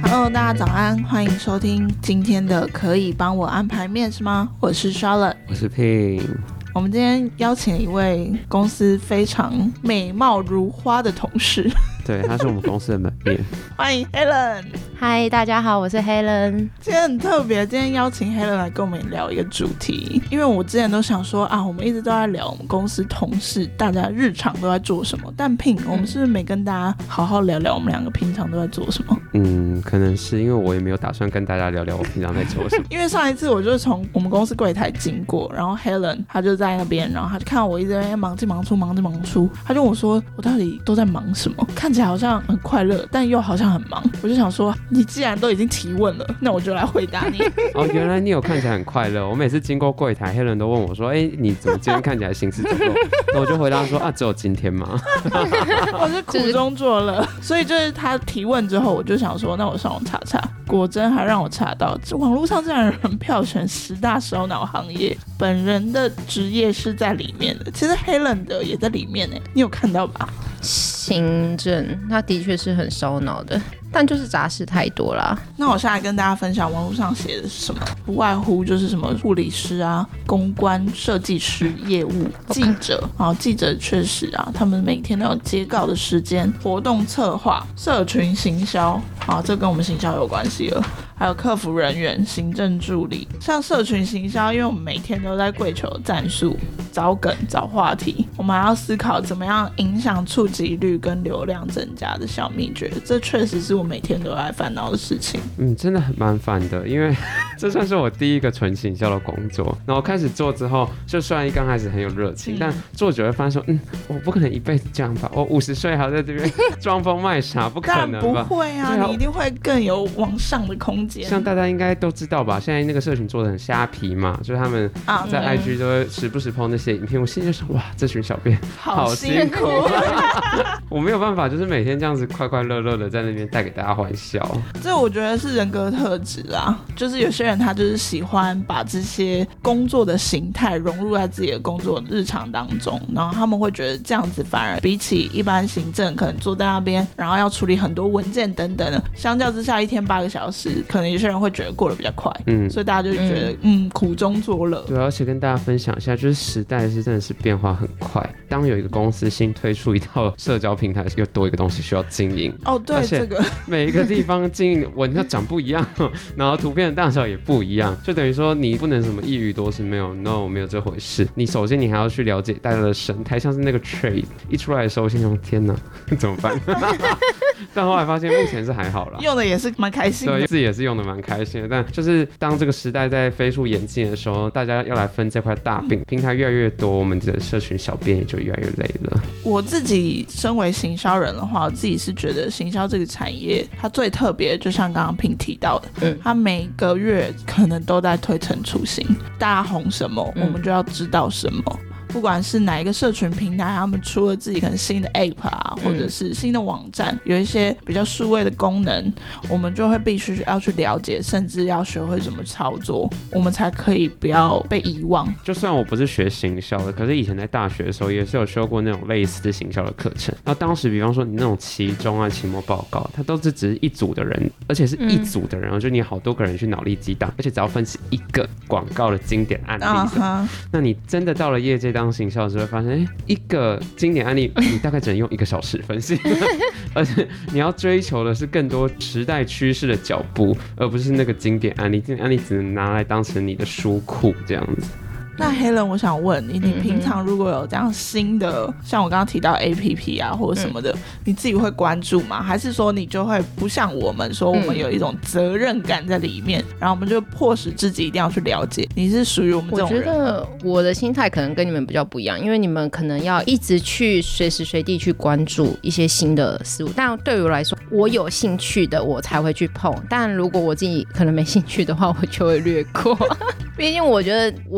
Hello， 大家早安，欢迎收听今天的可以帮我安排面试吗？我是 Charlotte， 我是 Pin。 我们今天邀请了一位公司非常美貌如花的同事， 对，他是我们公司的门面。 欢迎 Helen。 嗨，大家好，我是 Helen。 今天很特别，今天邀请 Helen 来跟我们聊一个主题，因为我之前都想说啊，我们一直都在聊我们公司同事大家日常都在做什么，但 Pin 我们是不是没跟大家好好聊聊我们两个平常都在做什么？ 可能是因为我也没有打算跟大家聊聊我平常在做什么。 因为上一次我就是从我们公司柜台经过，然后 Helen 她就在那边，然后她就看到我一直在忙进忙出，她就问我说我到底都在忙什么？看起来好像很快乐，但又好像很忙。我就想说，你既然都已经提问了，那我就来回答你。 哦，原来你有看起来很快乐。我每次经过柜台 ，Helen 都问我说：“你怎么今天看起来行尸走肉？”那我就回答说：“啊，只有今天吗？” 我是苦中作乐，所以就是他提问之后，我就想说，那我上网查查，果真还让我查到，网络上竟然有人票选10大烧脑行业，本人的职业是在里面的。其实 Helen 的也在里面耶，你有看到吧？ 行政，它的确是很烧脑的，但就是杂事太多啦。 那我现在跟大家分享网络上写的是什么，不外乎就是什么护理师啊、公关、设计师、业务、记者。记者确实啊，他们每天都有截稿的时间，活动策划、社群行销，这跟我们行销有关系了。还有客服人员、行政助理，像社群行销，因为我们每天都在跪求战术、找梗、找话题，我们还要思考怎么样影响触及率跟流量增加的小秘诀，这确实是我每天都在烦恼的事情。 真的很蛮烦的，因为这算是我第一个纯行销的工作。然后开始做之后，就虽然一刚开始很有热情，但做久会发现说，我不可能一辈子这样吧？我50岁还在这边装疯卖傻，不可能吧？ 但不会啊，你一定会更有往上的空间。 像大家应该都知道吧，现在那个社群做的很虾皮嘛，就是他们在 IG 都会时不时 po 那些影片，我心里就想，哇，这群小编好辛苦，我没有办法，就是每天这样子快快乐乐的在那边带给大家欢笑。 这我觉得是人格特质啊，就是有些人他就是喜欢把这些工作的形态融入在自己的工作日常当中，然后他们会觉得这样子反而比起一般行政可能坐在那边，然后要处理很多文件等等的，相较之下一天8个小时，可能有些人会觉得过得比较快，所以大家就觉得苦中作乐。对， 而且跟大家分享一下，就是时代是真的是变化很快。当有一个公司新推出一套社交平台，又多一个东西需要经营。 对，这个每一个地方经营文要长不一样，然后图片的大小也不一样，就等于说你不能什么一语多是没有这回事。你首先你还要去了解大家的生态，像是那个 trade 一出来的时候，我心想天哪，怎么办？但后来发现目前是还好啦， 用的也是蛮开心的， 对，自己也是用的蛮开心的。但就是当这个时代在飞速演进的时候，大家要来分这块大饼，平台越来越多，我们的社群小编也就越来越累了。 我自己身为行销人的话，我自己是觉得行销这个产业它最特别，就像刚刚Pin提到的，它每个月可能都在推陈出新，大家红什么，我们就要知道什么。不管是哪一个社群平台，他们出了自己可能新的 app 啊，或者是新的网站，有一些比较数位的功能，我们就会必须要去了解，甚至要学会怎么操作，我们才可以不要被遗忘。 就算我不是学行销的，可是以前在大学的时候也是有修过那种类似的行销的课程。然后当时比方说你那种期中啊、期末报告，它都是只是一组的人，而且是一组的人，就你好多个人去脑力激荡，而且只要分析一个广告的经典案例那你真的到了业界当行销的时候，会发现一个经典案例你大概只能用1个小时分析，而且你要追求的是更多时代趋势的脚步，而不是那个经典案例。经典案例只能拿来当成你的书库这样子。 那 Helen， 我想问你，你平常如果有这样新的，像我刚刚提到 APP 啊或者什么的，你自己会关注吗？还是说你就会不像我们说，我们有一种责任感在里面，然后我们就迫使自己一定要去了解？你是属于我们这种人？ 我觉得我的心态可能跟你们比较不一样，因为你们可能要一直去随时随地去关注一些新的事物，但对于我来说，我有兴趣的我才会去碰，但如果我自己可能没兴趣的话，我就会略过。毕竟我觉得我的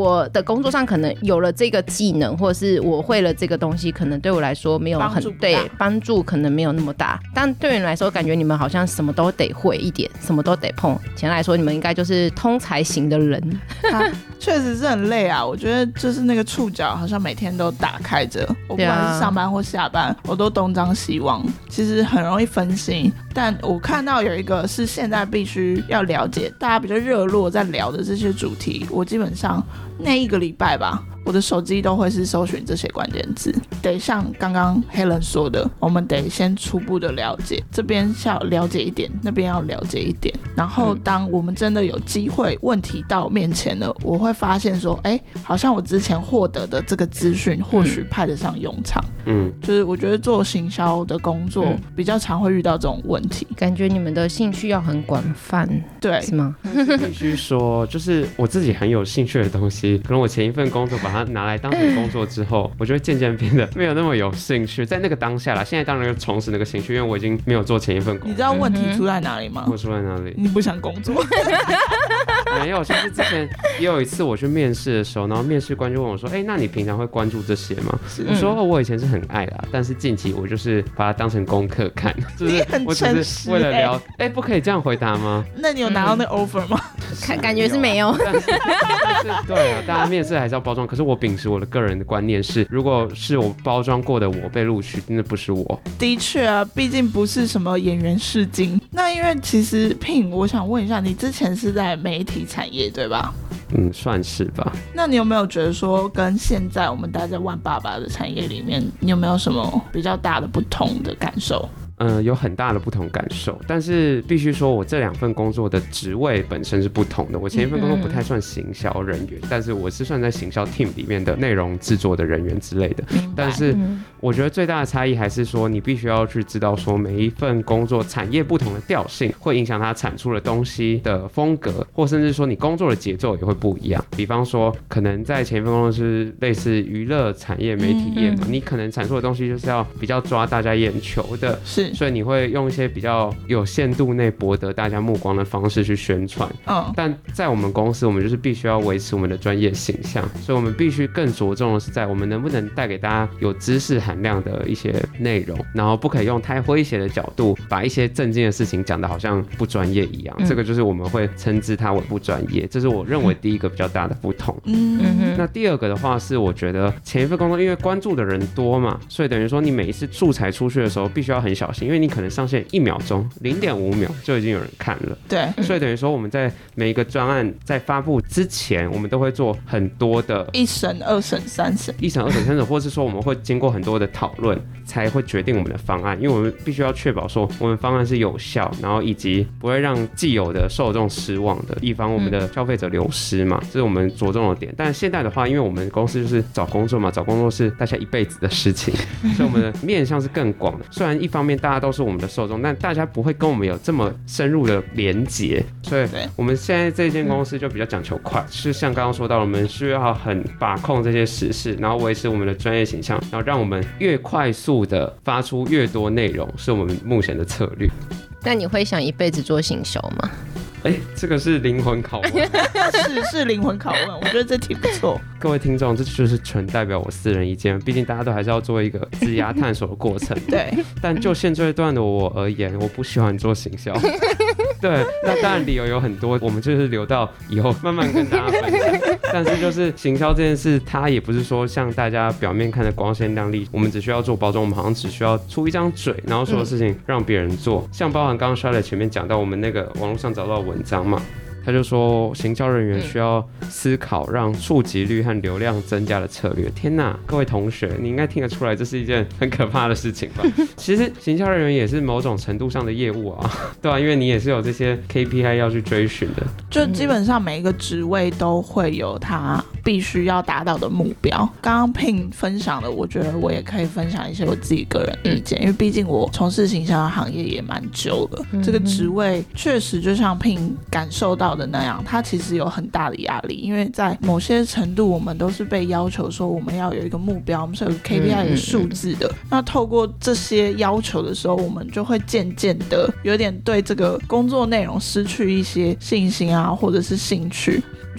工作上可能有了这个技能，或者是我会了这个东西，可能对我来说没有很对帮助，可能没有那么大。但对你来说，感觉你们好像什么都得会一点，什么都得碰。简单来说，你们应该就是通才型的人。 确实是很累啊，我觉得就是那个触角好像每天都打开着，我不管是上班或下班，我都东张西望，其实很容易分心。但我看到有一个是现在必须要了解，大家比较热络在聊的这些主题，我基本上那一个礼拜吧，我的手机都会是搜寻这些关键字，得像刚刚Helen说的，我们得先初步的了解，这边要了解一点，那边要了解一点，然后当我们真的有机会问题到面前了，我会发现说，好像我之前获得的这个资讯或许派得上用场。就是我觉得做行销的工作比较常会遇到这种问题， 感觉你们的兴趣要很广泛， 对， 是吗？ 必须说，就是我自己很有兴趣的东西，可能我前一份工作把它拿来当成工作之后，我就会渐渐变得没有那么有兴趣。在那个当下啦，现在当然又重拾那个兴趣，因为我已经没有做前一份工作。 你知道问题出在哪里吗？ 我出在哪里？ 你不想工作？ 没有，像是之前也有一次我去面试的时候，然后面试官就问我说：“那你平常会关注这些吗？”我说：“我以前是很爱啦，但是近期我就是把它当成功课看，就是我只是为了聊。”不可以这样回答吗？ 那你有拿到那 offer 吗？ 感觉是没有。 但是对啊，大家面试还是要包装。可是我秉持我的个人的观念是，如果是我包装过的我被录取，真的不是我。 的确啊，毕竟不是什么演员试镜。那因为其实 Pin， 我想问一下，你之前是在媒体产业对吧？ 算是吧。 那你有没有觉得说，跟现在我们待在万爸爸的产业里面，你有没有什么比较大的不同的感受？ 有很大的不同感受，但是必须说我这2份工作的职位本身是不同的。我前一份工作不太算行销人员，但是我是算在行销 team 里面的内容制作的人员之类的。但是我觉得最大的差异还是说，你必须要去知道说，每一份工作产业不同的调性会影响它产出的东西的风格，或甚至说你工作的节奏也会不一样。比方说，可能在前一份工作是类似娱乐产业、媒体业嘛，你可能产出的东西就是要比较抓大家眼球的， 是。 所以你会用一些比较有限度内博得大家目光的方式去宣传。但在我们公司，我们就是必须要维持我们的专业形象，所以我们必须更着重的是在我们能不能带给大家有知识含量的一些内容，然后不可以用太诙谐的角度把一些正经的事情讲得好像不专业一样。这个就是我们会称之它为不专业，这是我认为第一个比较大的不同。那第二个的话是，我觉得前一份工作因为关注的人多嘛，所以等于说你每一次素材出去的时候必须要很小心，因为你可能上线1秒钟、0.5秒就已经有人看了。 对， 所以等于说我们在每一个专案在发布之前，我们都会做很多的 1审、2审、3审、 1审、2审、3审，或是说我们会经过很多的讨论，才会决定我们的方案。因为我们必须要确保说我们方案是有效，然后以及不会让既有的受众失望的，以防我们的消费者流失嘛，这是我们着重的点。但现在的话，因为我们公司就是找工作嘛，找工作是大家一辈子的事情，所以我们的面向是更广的。虽然一方面大家都是我们的受众，但大家不会跟我们有这么深入的连结，所以我们现在这间公司就比较讲求快，是像刚刚说到，我们需要很把控这些时事，然后维持我们的专业形象，然后让我们越快速的发出越多内容，是我们目前的策略。 那你会想一辈子做行销吗？ 这个是灵魂拷问。 是灵魂拷问，我觉得这题不错。 各位听众，这就是纯代表我私人意见，毕竟大家都还是要做一个职涯探索的过程。 对， 但就现阶段的我而言，我不喜欢做行销。对，那当然理由有很多，我们就是留到以后慢慢跟大家分享。但是就是行销这件事，它也不是说像大家表面看的光鲜亮丽，我们只需要做包装，我们好像只需要出一张嘴，然后所有事情让别人做。像包含刚刚 Charlotte 前面讲到我们那个网络上找到的文章嘛，他就说行销人员需要思考让触及率和流量增加的策略。天哪，各位同学，你应该听得出来这是一件很可怕的事情吧？其实行销人员也是某种程度上的业务啊，对啊，因为你也是有这些 KPI 要去追寻的。 就基本上每一个职位都会有他必须要达到的目标。刚刚 Pin 分享的，我觉得我也可以分享一些我自己个人意见，因为毕竟我从事行销行业也蛮久了，这个职位确实就像 Pin 感受到的那样，它其实有很大的压力，因为在某些程度我们都是被要求说我们要有一个目标，我们是有 KPI 的数字的。那透过这些要求的时候，我们就会渐渐的有点对这个工作内容失去一些信心啊，或者是兴趣。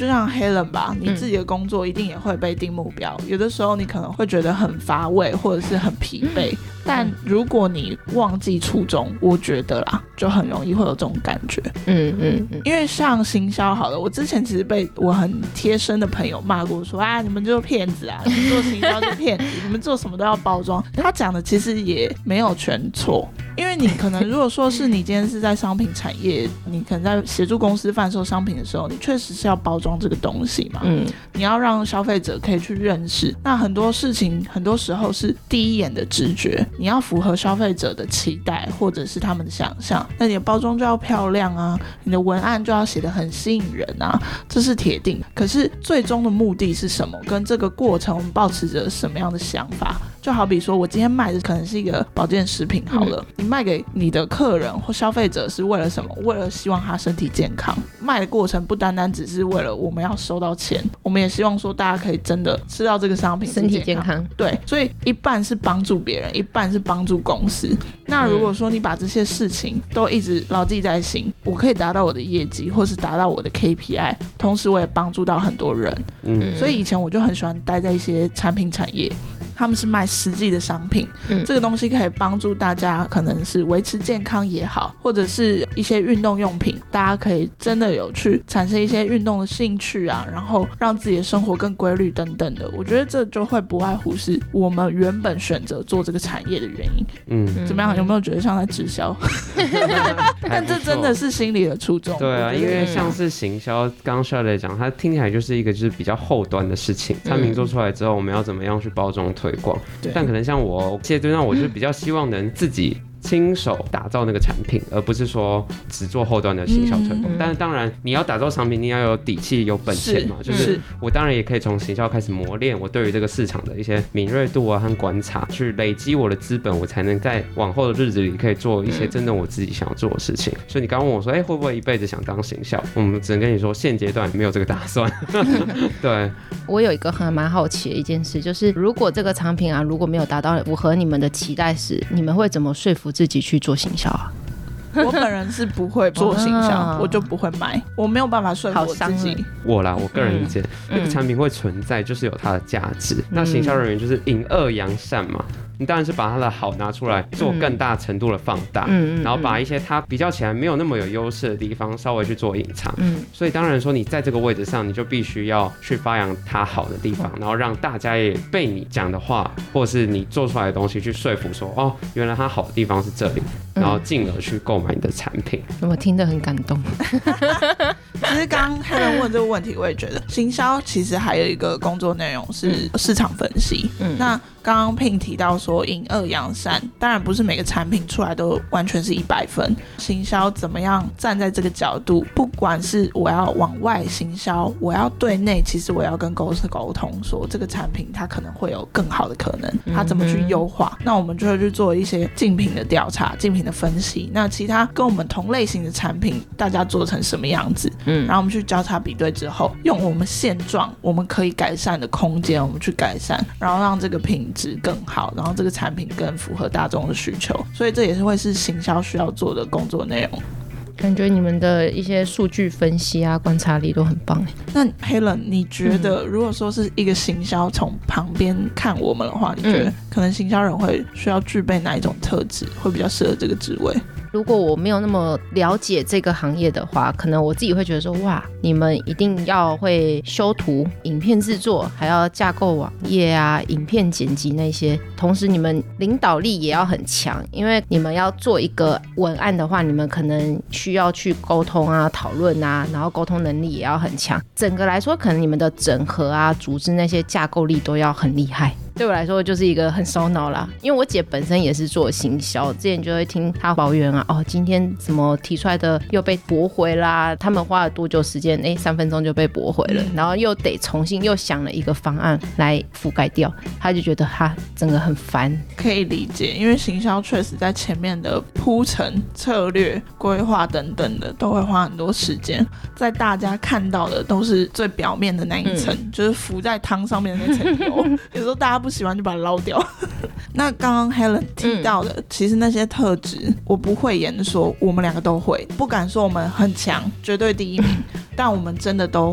就像 Helen 吧，你自己的工作一定也会被定目标，有的时候你可能会觉得很乏味或者是很疲惫，但如果你忘记初衷，我觉得啦，就很容易会有这种感觉。因为像行销好了，我之前其实被我很贴身的朋友骂过说啊，你们就是骗子啊，你们做行销就是骗子，你们做什么都要包装。他讲的其实也没有全错，因为你可能如果说是你今天是在商品产业，你可能在协助公司贩售商品的时候，你确实是要包装这个东西嘛，你要让消费者可以去认识。那很多事情很多时候是第一眼的直觉，你要符合消费者的期待或者是他们的想象，那你的包装就要漂亮啊，你的文案就要写得很吸引人啊，这是铁定。可是最终的目的是什么，跟这个过程我们抱持着什么样的想法，就好比说我今天卖的可能是一个保健食品好了，你卖给你的客人或消费者是为了什么？为了希望他身体健康。卖的过程不单单只是为了我们要收到钱，我们也希望说大家可以真的吃到这个商品身体健康。 对，所以一半是帮助别人，一半是帮助公司。那如果说你把这些事情都一直牢记在心，我可以达到我的业绩或是达到我的 KPI， 同时我也帮助到很多人。所以以前我就很喜欢待在一些产品产业，他们是卖实际的商品，这个东西可以帮助大家，可能是维持健康也好，或者是一些运动用品，大家可以真的有去产生一些运动的兴趣啊，然后让自己的生活更规律等等的。我觉得这就会不外乎是我们原本选择做这个产业的原因。怎么样？有没有觉得像在直销？但这真的是心里的初衷。 对啊，因为像是行销，刚刚 Shirley 讲，它听起来就是一个就是比较后端的事情。产品做出来之后，我们要怎么样去包装推广？但可能像我阶段上，我就比较希望能自己亲手打造那个产品，而不是说只做后端的行销推广。但是当然，你要打造商品，你要有底气、有本钱嘛。就是我当然也可以从行销开始磨练我对于这个市场的一些敏锐度啊和观察，去累积我的资本，我才能在往后的日子里可以做一些真正我自己想要做的事情。所以你刚问我说，会不会一辈子想当行销？我们只能跟你说，现阶段没有这个打算。对， 我有一个还蛮好奇的一件事，就是如果这个产品啊，如果没有达到符合你们的期待时，你们会怎么说服自己去做行销啊？ 我本人是不会做行销，我就不会买，我没有办法说服我自己。 我个人意见，那个产品会存在，就是有它的价值。那行销人员就是隐恶扬善嘛。你当然是把它的好拿出来做更大程度的放大，然后把一些它比较起来没有那么有优势的地方稍微去做隐藏。所以当然说你在这个位置上，你就必须要去发扬它好的地方，然后让大家也被你讲的话或是你做出来的东西去说服说，哦，原来它好的地方是这里，然后进而去购买你的产品。 我听得很感动。 其实刚刚Helen问这个问题，我也觉得行销其实还有一个工作内容是市场分析。那刚刚 Pin 提到说隐恶扬善，当然不是每个产品出来都完全是100分。行销怎么样站在这个角度，不管是我要往外行销，我要对内，其实我要跟公司沟通说这个产品它可能会有更好的可能，它怎么去优化。那我们就会去做一些竞品的调查、竞品的分析，那其他跟我们同类型的产品大家做成什么样子，然后我们去交叉比对之后，用我们现状我们可以改善的空间，我们去改善，然后让这个品质更好，然后这个产品更符合大众的需求。所以这也是会是行销需要做的工作内容。 感觉你们的一些数据分析啊、观察力都很棒。 那 Helen， 你觉得如果说是一个行销从旁边看我们的话，你觉得可能行销人会需要具备哪一种特质，会比较适合这个职位？ 如果我没有那么了解这个行业的话，可能我自己会觉得说，哇，你们一定要会修图、影片制作，还要架构网页啊、影片剪辑那些，同时你们领导力也要很强，因为你们要做一个文案的话，你们可能需要去沟通啊、讨论啊，然后沟通能力也要很强。整个来说，可能你们的整合啊、组织那些架构力都要很厉害。对我来说就是一个很烧脑啦，因为我姐本身也是做行销，之前就会听她抱怨啊，哦，今天怎么提出来的又被驳回啦，他们花了多久时间，3分钟就被驳回了，然后又得重新又想了一个方案来覆盖掉，她就觉得她整个很烦。 可以理解，因为行销确实在前面的铺陈、策略、规划等等的都会花很多时间，在大家看到的都是最表面的那一层，就是浮在汤上面的那层油，有时候大家不喜欢就把它捞掉。那刚刚 Helen 提到的，其实那些特质，我不讳言的说，我们两个都会，不敢说我们很强，绝对第一名，但我们真的都会。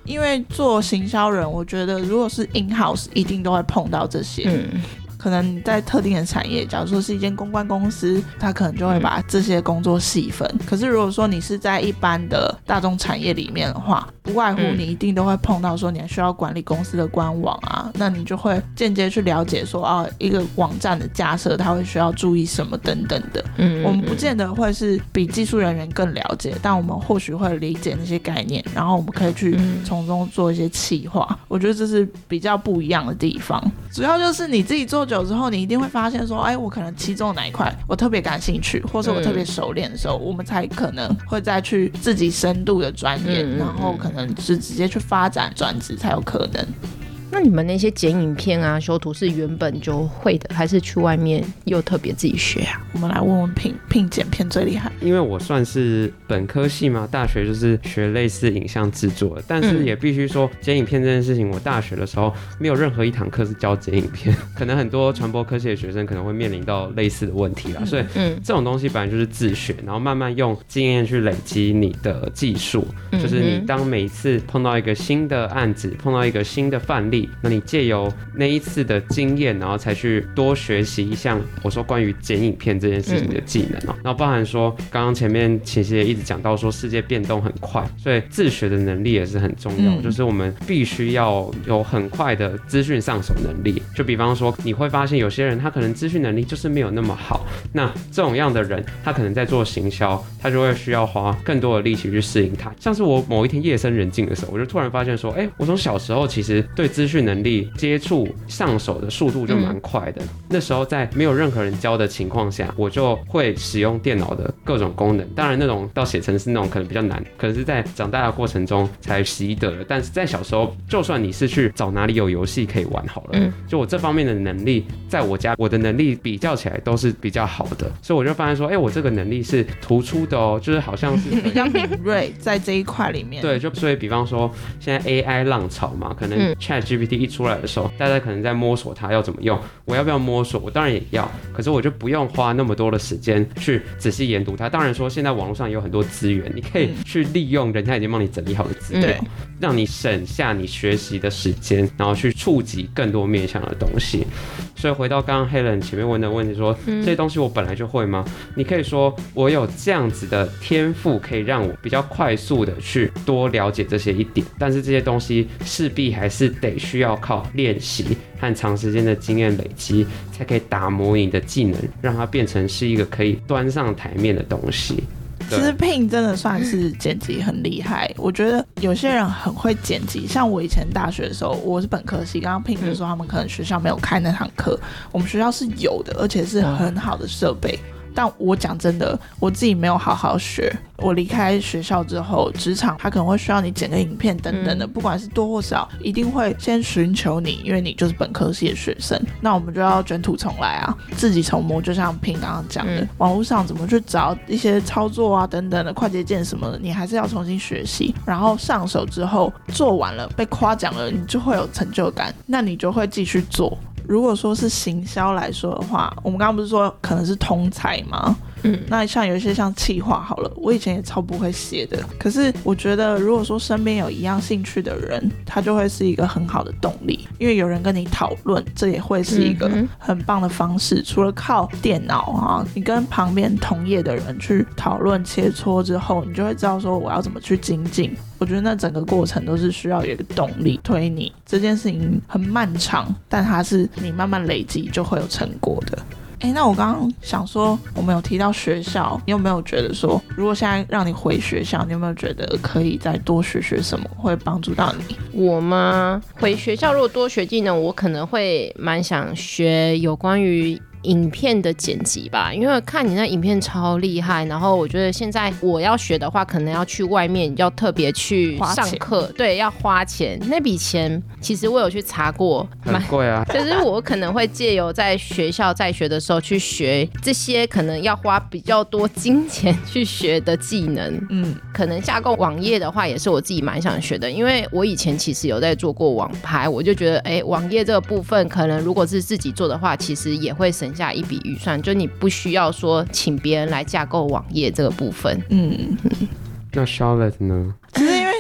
因为做行销人，我觉得如果是 in house 一定都会碰到这些。可能在特定的产业，假如说是一间公关公司，他可能就会把这些工作细分。可是如果说你是在一般的大众产业里面的话，不外乎你一定都会碰到说你还需要管理公司的官网啊，那你就会间接去了解说一个网站的架设它会需要注意什么等等的。我们不见得会是比技术人员更了解，但我们或许会理解那些概念，然后我们可以去从中做一些企划。我觉得这是比较不一样的地方。主要就是你自己做久之后，你一定会发现说，我可能其中哪一块我特别感兴趣，或是我特别熟练的时候，我们才可能会再去自己深度的钻研，然后可能是直接去发展转职才有可能。 那你们那些剪影片啊、修图是原本就会的，还是去外面又特别自己学啊？ 我们来问问聘剪片最厉害。 因为我算是本科系嘛，大学就是学类似影像制作的，但是也必须说剪影片这件事情，我大学的时候没有任何一堂课是教剪影片，可能很多传播科系的学生可能会面临到类似的问题啦，所以这种东西本来就是自学，然后慢慢用经验去累积你的技术，就是你当每一次碰到一个新的案子，碰到一个新的范例，那你借由那一次的经验，然后才去多学习一项我说关于剪影片这件事情的技能然后包含说刚刚前面其实也一直讲到说世界变动很快，所以自学的能力也是很重要，就是我们必须要有很快的资讯上手能力。就比方说你会发现有些人他可能资讯能力就是没有那么好，那这种样的人他可能在做行销，他就会需要花更多的力气去适应他。像是我某一天夜深人静的时候，我就突然发现说我从小时候其实对资讯能力接触上手的速度就蛮快的，那时候在没有任何人教的情况下，我就会使用电脑的各种功能，当然那种到写程式那种可能比较难，可能是在长大的过程中才习得的，但是在小时候就算你是去找哪里有游戏可以玩好了，就我这方面的能力在我家我的能力比较起来都是比较好的，所以我就发现说我这个能力是突出的就是好像是比较敏锐在这一块里面。 对，就所以比方说现在 AI 浪潮嘛，可能 ChatGPT 一出来的时候，大家可能在摸索它要怎么用，我要不要摸索？我当然也要，可是我就不用花那么多的时间去仔细研读它。当然说现在网络上有很多资源，你可以去利用人家已经帮你整理好的资料，让你省下你学习的时间，然后去触及更多面向的东西。所以回到刚刚 Helen 前面问的问题说，这些东西我本来就会吗？你可以说我有这样子的天赋，可以让我比较快速的去多了解这些一点，但是这些东西势必还是得需要靠练习和长时间的经验累积，才可以打磨你的技能，让它变成是一个可以端上台面的东西。 其实聘真的算是剪辑很厉害，我觉得有些人很会剪辑，像我以前大学的时候，我是本科系，刚刚聘的时候他们可能学校没有开那堂课，我们学校是有的，而且是很好的设备。但我讲真的，我自己没有好好学。我离开学校之后，职场他可能会需要你剪个影片等等的，不管是多或少，一定会先寻求你，因为你就是本科系的学生。那我们就要卷土重来啊，自己重磨。就像平刚刚讲的，网络上怎么去找一些操作啊等等的快捷键什么的，你还是要重新学习。然后上手之后做完了，被夸奖了，你就会有成就感，那你就会继续做。如果说是行销来说的话，我们刚刚不是说可能是通才吗？那像有一些像企划好了，我以前也超不会写的，可是我觉得如果说身边有一样兴趣的人，他就会是一个很好的动力，因为有人跟你讨论，这也会是一个很棒的方式。除了靠电脑啊，你跟旁边同业的人去讨论切磋之后，你就会知道说我要怎么去精进。我觉得那整个过程都是需要有一个动力推你，这件事情很漫长，但它是你慢慢累积就会有成果的。那我刚刚想说，我们有提到学校，你有没有觉得说，如果现在让你回学校，你有没有觉得可以再多学什么，会帮助到你？ 我吗？回学校如果多学技能，我可能会蛮想学有关于影片的剪辑吧，因为看你那影片超厉害，然后我觉得现在我要学的话，可能要去外面，要特别去上课，对，要花钱。那笔钱其实我有去查过， 很贵啊。 就是我可能会借由在学校在学的时候去学这些可能要花比较多金钱去学的技能。可能架构网页的话，也是我自己蛮想学的，因为我以前其实有在做过网拍，我就觉得，网页这个部分，可能如果是自己做的话，其实也会省下一笔预算，就你不需要说请别人来架构网页这个部分。 那 Charlotte 呢？ 其实因为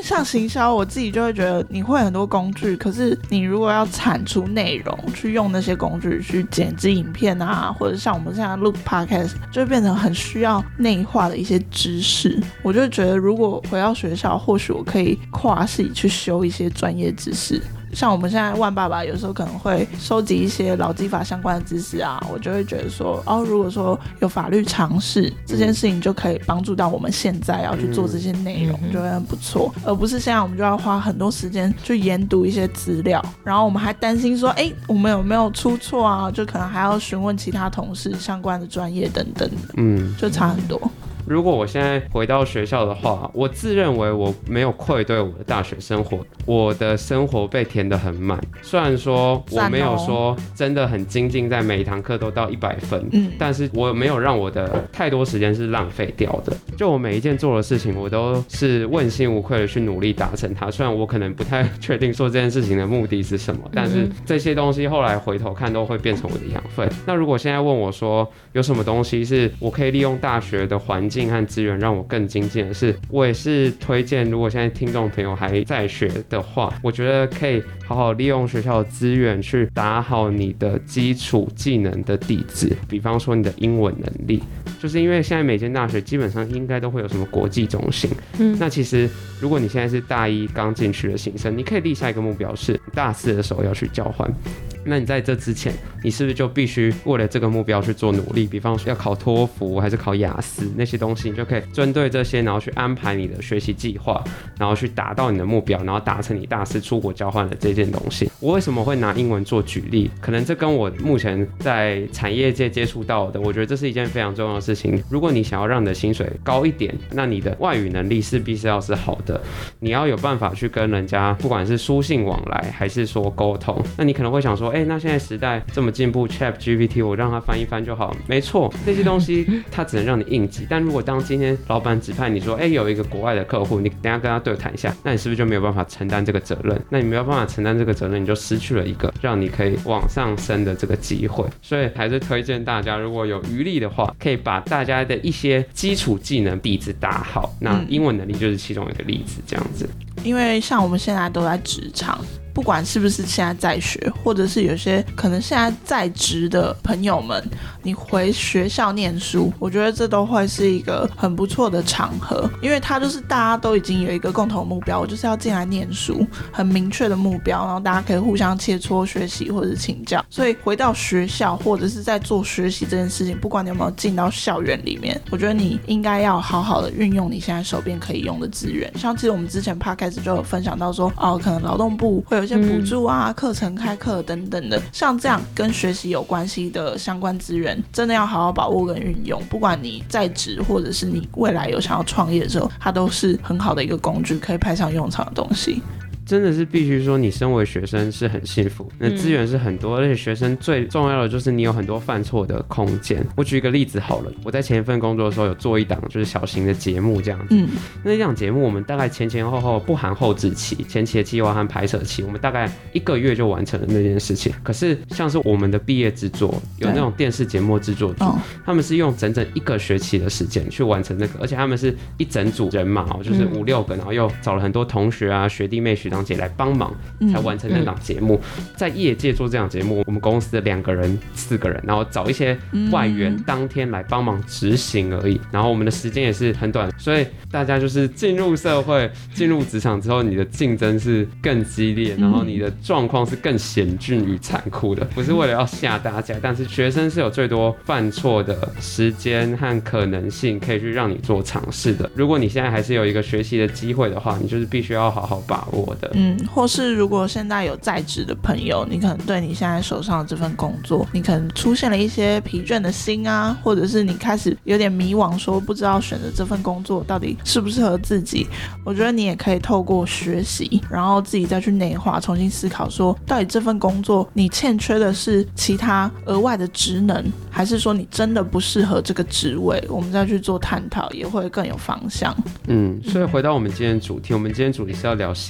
像行销，我自己就会觉得你会很多工具，可是你如果要产出内容，去用那些工具去剪辑影片啊，或者像我们现在录 podcast， 就会变成很需要内化的一些知识。我就觉得如果回到学校，或许我可以跨系去修一些专业知识。像我们现在万爸爸有时候可能会收集一些劳基法相关的知识啊，我就会觉得说，如果说有法律常识这件事情，就可以帮助到我们现在要去做这些内容，就会很不错，而不是现在我们就要花很多时间去研读一些资料，然后我们还担心说，我们有没有出错啊？就可能还要询问其他同事相关的专业等等的，就差很多。 如果我现在回到学校的话，我自认为我没有愧对我的大学生活，我的生活被填得很满。虽然说我没有说真的很精进，在每一堂课都到100分，但是我没有让我的太多时间是浪费掉的。就我每一件做的事情，我都是问心无愧的去努力达成它。虽然我可能不太确定做这件事情的目的是什么，但是这些东西后来回头看都会变成我的养分。那如果现在问我说有什么东西是我可以利用大学的环境和资源让我更精进的是，我也是推荐，如果现在听众朋友还在学的话，我觉得可以好好利用学校的资源去打好你的基础技能的底子，比方说你的英文能力，就是因为现在每间大学基本上应该都会有什么国际中心，那其实如果你现在是大一刚进去的新生，你可以立下一个目标是大4的时候要去交换。那你在这之前，你是不是就必须为了这个目标去做努力？比方说要考托福还是考雅思那些东西，你就可以针对这些，然后去安排你的学习计划，然后去达到你的目标，然后达成你大4出国交换的这件东西。我为什么会拿英文做举例？可能这跟我目前在产业界接触到的，我觉得这是一件非常重要的事情。如果你想要让你的薪水高一点，那你的外语能力势必是要是好的，你要有办法去跟人家，不管是书信往来还是说沟通。那你可能会想说，那现在时代这么进步 ，ChatGPT 我让它翻一翻就好。没错，这些东西它只能让你应急。但如果当今天老板指派你说，有一个国外的客户，你等一下跟他对谈一下，那你是不是就没有办法承担这个责任？那你没有办法承担这个责任，你就失去了一个让你可以往上升的这个机会。所以还是推荐大家，如果有余力的话，可以把大家的一些基础技能底子打好。那英文能力就是其中一个例子，这样子。 因为像我们现在都在职场，不管是不是现在在学，或者是有些可能现在在职的朋友们，你回学校念书，我觉得这都会是一个很不错的场合，因为它就是大家都已经有一个共同目标，我就是要进来念书，很明确的目标，然后大家可以互相切磋学习或者请教。所以回到学校或者是在做学习这件事情，不管你有没有进到校园里面，我觉得你应该要好好的运用你现在手边可以用的资源。像其实我们之前 podcast 就有分享到说，可能劳动部会有一些补助啊、课程开课等等的，像这样跟学习有关系的相关资源，真的要好好把握跟运用。不管你在职或者是你未来有想要创业的时候，它都是很好的一个工具，可以派上用场的东西。 真的是必须说，你身为学生是很幸福，那资源是很多，而且学生最重要的就是你有很多犯错的空间。我举一个例子好了，我在前一份工作的时候有做一档就是小型的节目这样子，那一档节目我们大概前前后后不含后制期，前期的计划和拍摄期，我们大概1个月就完成了那件事情。可是像是我们的毕业制作，有那种电视节目制作组，他们是用整整1个学期的时间去完成那个，而且他们是一整组人马，就是5、6个，然后又找了很多同学啊、学弟妹、学长姐来帮忙，才完成那档节目。在业界做这档节目，我们公司的2个人、4个人，然后找一些外援当天来帮忙执行而已。然后我们的时间也是很短，所以大家就是进入社会、进入职场之后，你的竞争是更激烈，然后你的状况是更险峻与残酷的。不是为了要吓大家，但是学生是有最多犯错的时间和可能性，可以去让你做尝试的。如果你现在还是有一个学习的机会的话，你就是必须要好好把握的。 或是如果现在有在职的朋友，你可能对你现在手上的这份工作，你可能出现了一些疲倦的心啊，或者是你开始有点迷惘，说不知道选择这份工作到底适不适合自己。我觉得你也可以透过学习，然后自己再去内化，重新思考说，到底这份工作你欠缺的是其他额外的职能，还是说你真的不适合这个职位，我们再去做探讨，也会更有方向。 所以回到我们今天的主题，我们今天主题是要聊行销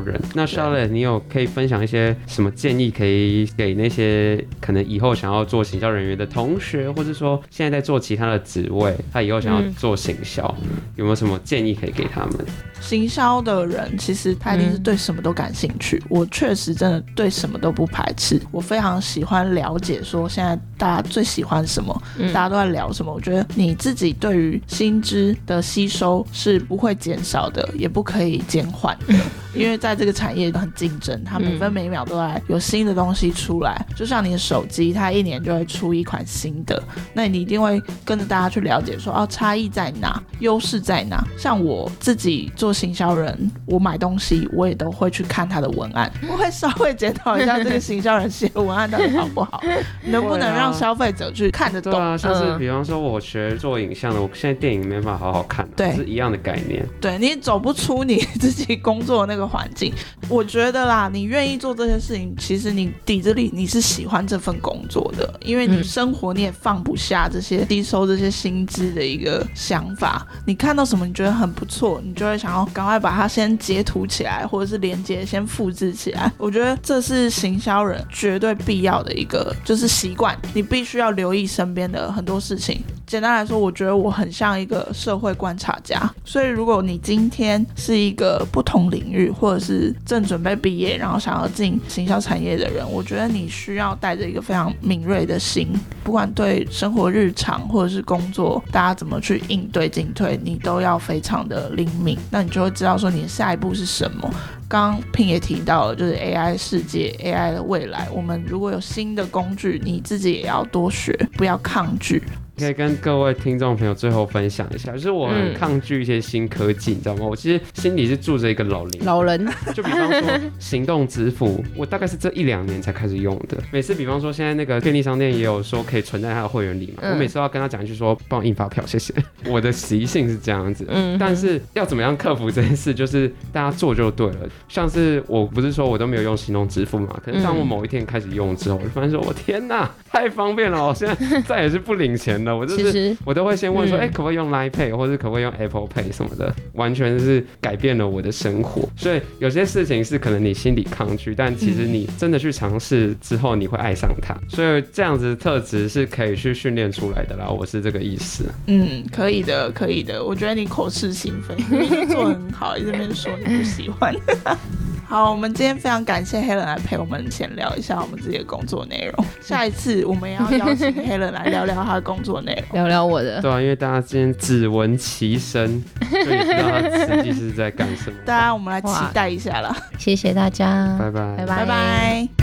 人。那 Charlotte， 你有可以分享一些什么建议可以给那些可能以后想要做行销人员的同学，或者说现在在做其他的职位，他以后想要做行销，有没有什么建议可以给他们？ 行销的人其实他一定是对什么都感兴趣，我确实真的对什么都不排斥，我非常喜欢了解说现在大家最喜欢什么，大家都在聊什么。我觉得你自己对于薪资的吸收是不会减少的，也不可以减缓的，因为在这个产业很竞争，它每分每秒都在有新的东西出来，就像你的手机，它一年就会出一款新的，那你一定会跟着大家去了解说差异在哪，优势在哪。像我自己做行销人，我买东西我也都会去看他的文案，我会稍微检讨一下这个行销人写的文案到底好不好，能不能让消费者去看得懂。 对啊，像是比方说我学做影像的，我现在电影没办法好好看，对，是一样的概念。对，你走不出你自己工作的那个环境。我觉得啦，你愿意做这些事情，其实你底子里你是喜欢这份工作的，因为你生活你也放不下这些吸收这些薪资的一个想法。你看到什么你觉得很不错，你就会想要赶快把它先截图起来，或者是连接先复制起来。我觉得这是行销人绝对必要的一个就是习惯，你必须要留意身边的很多事情。简单来说，我觉得我很像一个社会观察家，所以如果你今天是一个不同领域或者是正准备毕业然后想要进行销产业的人，我觉得你需要带着一个非常敏锐的心，不管对生活日常或者是工作大家怎么去应对进退，你都要非常的灵敏，那你就会知道说你的下一步是什么。刚刚 Pin 也提到了，就是 AI 世界 AI 的未来，我们如果有新的工具，你自己也要多学，不要抗拒。 可以跟各位听众朋友最后分享一下，就是我很抗拒一些新科技，你知道吗？我其实心里是住着一个老人，就比方说行动支付，我大概是这1-2年才开始用的。每次比方说现在那个便利商店也有说可以存在他的会员里嘛，我每次都要跟他讲一句说帮我印发票，谢谢。我的习性是这样子，但是要怎么样克服这件事，就是大家做就对了。像是我不是说我都没有用行动支付嘛，可是当我某一天开始用之后，我就发现说我天哪，太方便了，我现在再也是不领钱了。我都会先问说，可不可以用 Line Pay， 或者可不可以用 Apple Pay 什么的，完全是改变了我的生活。所以有些事情是可能你心里抗拒，但其实你真的去尝试之后，你会爱上它。所以这样子的特质是可以去训练出来的啦，我是这个意思。可以的，可以的。我觉得你口是心非，你做得很好，一直在那边说你不喜欢。好，我们今天非常感谢 Helen 来陪我们闲聊一下我们自己的工作内容。下一次我们也要邀请 Helen 来聊聊她的工作内容， 聊聊我的。 对啊，因为大家今天只闻其声，所以也不知道她实际是在干什么。 大家我们来期待一下啦。 谢谢大家， 拜拜， 拜拜。